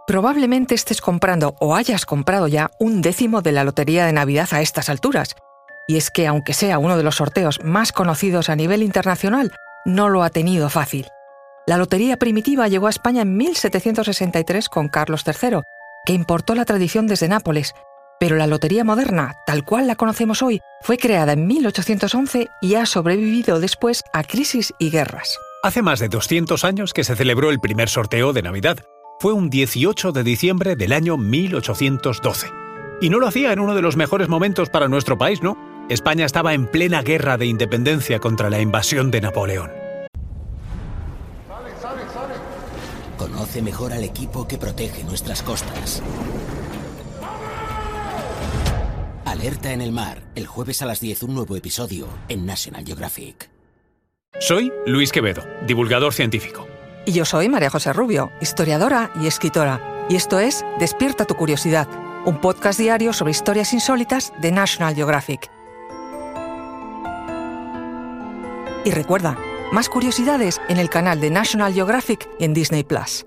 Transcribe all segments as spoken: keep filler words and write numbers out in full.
Probablemente estés comprando o hayas comprado ya un décimo de la Lotería de Navidad a estas alturas. Y es que, aunque sea uno de los sorteos más conocidos a nivel internacional, no lo ha tenido fácil. La lotería primitiva llegó a España en mil setecientos sesenta y tres con Carlos tercero, que importó la tradición desde Nápoles, pero la lotería moderna, tal cual la conocemos hoy, fue creada en mil ochocientos once y ha sobrevivido después a crisis y guerras. Hace más de doscientos años que se celebró el primer sorteo de Navidad. Fue un dieciocho de diciembre del año mil ochocientos doce. Y no lo hacía en uno de los mejores momentos para nuestro país, ¿no? España estaba en plena guerra de independencia contra la invasión de Napoleón. Sale, sale, sale. Conoce mejor al equipo que protege nuestras costas. Alerta en el mar. El jueves a las diez, un nuevo episodio en National Geographic. Soy Luis Quevedo, divulgador científico. Y yo soy María José Rubio, historiadora y escritora. Y esto es Despierta tu curiosidad, un podcast diario sobre historias insólitas de National Geographic. Y recuerda, más curiosidades en el canal de National Geographic y en Disney Plus.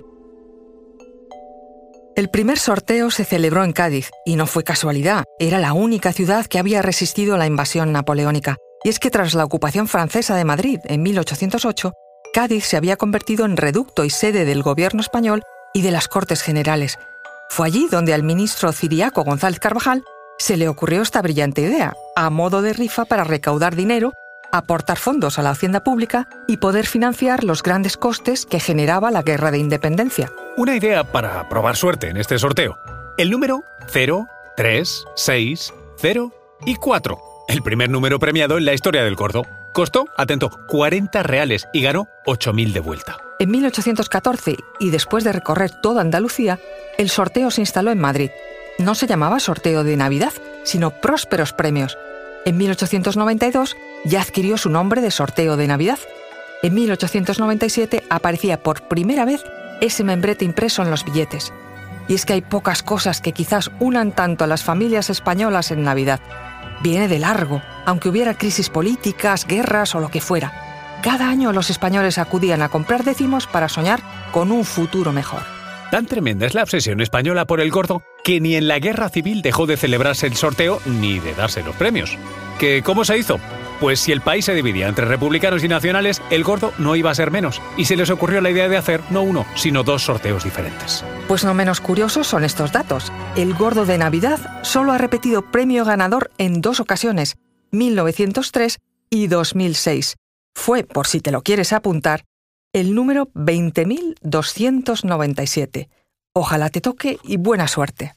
El primer sorteo se celebró en Cádiz, y no fue casualidad, era la única ciudad que había resistido la invasión napoleónica. Y es que tras la ocupación francesa de Madrid en mil ochocientos ocho, Cádiz se había convertido en reducto y sede del gobierno español y de las Cortes Generales. Fue allí donde al ministro Ciriaco González Carvajal se le ocurrió esta brillante idea, a modo de rifa para recaudar dinero, aportar fondos a la hacienda pública y poder financiar los grandes costes que generaba la Guerra de Independencia. Una idea para probar suerte en este sorteo. El número cero, tres, seis, cero y cuatro. El primer número premiado en la historia del gordo. Costó, atento, cuarenta reales y ganó ocho mil de vuelta. En mil ochocientos catorce, y después de recorrer toda Andalucía, el sorteo se instaló en Madrid. No se llamaba sorteo de Navidad, sino Prósperos Premios. En mil ochocientos noventa y dos ya adquirió su nombre de sorteo de Navidad. En mil ochocientos noventa y siete aparecía por primera vez ese membrete impreso en los billetes. Y es que hay pocas cosas que quizás unan tanto a las familias españolas en Navidad. Viene de largo, aunque hubiera crisis políticas, guerras o lo que fuera. Cada año los españoles acudían a comprar décimos para soñar con un futuro mejor. Tan tremenda es la obsesión española por el gordo que ni en la guerra civil dejó de celebrarse el sorteo ni de darse los premios. ¿Que cómo se hizo? Pues si el país se dividía entre republicanos y nacionales, el gordo no iba a ser menos, y se les ocurrió la idea de hacer no uno, sino dos sorteos diferentes. Pues no menos curiosos son estos datos. El gordo de Navidad solo ha repetido premio ganador en dos ocasiones, mil novecientos tres y dos mil seis. Fue, por si te lo quieres apuntar, el número veinte mil doscientos noventa y siete. Ojalá te toque y buena suerte.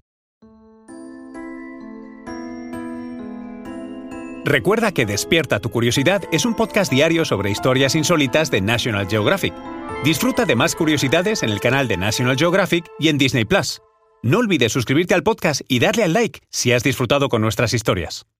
Recuerda que Despierta tu curiosidad es un podcast diario sobre historias insólitas de National Geographic. Disfruta de más curiosidades en el canal de National Geographic y en Disney Plus. No olvides suscribirte al podcast y darle al like si has disfrutado con nuestras historias.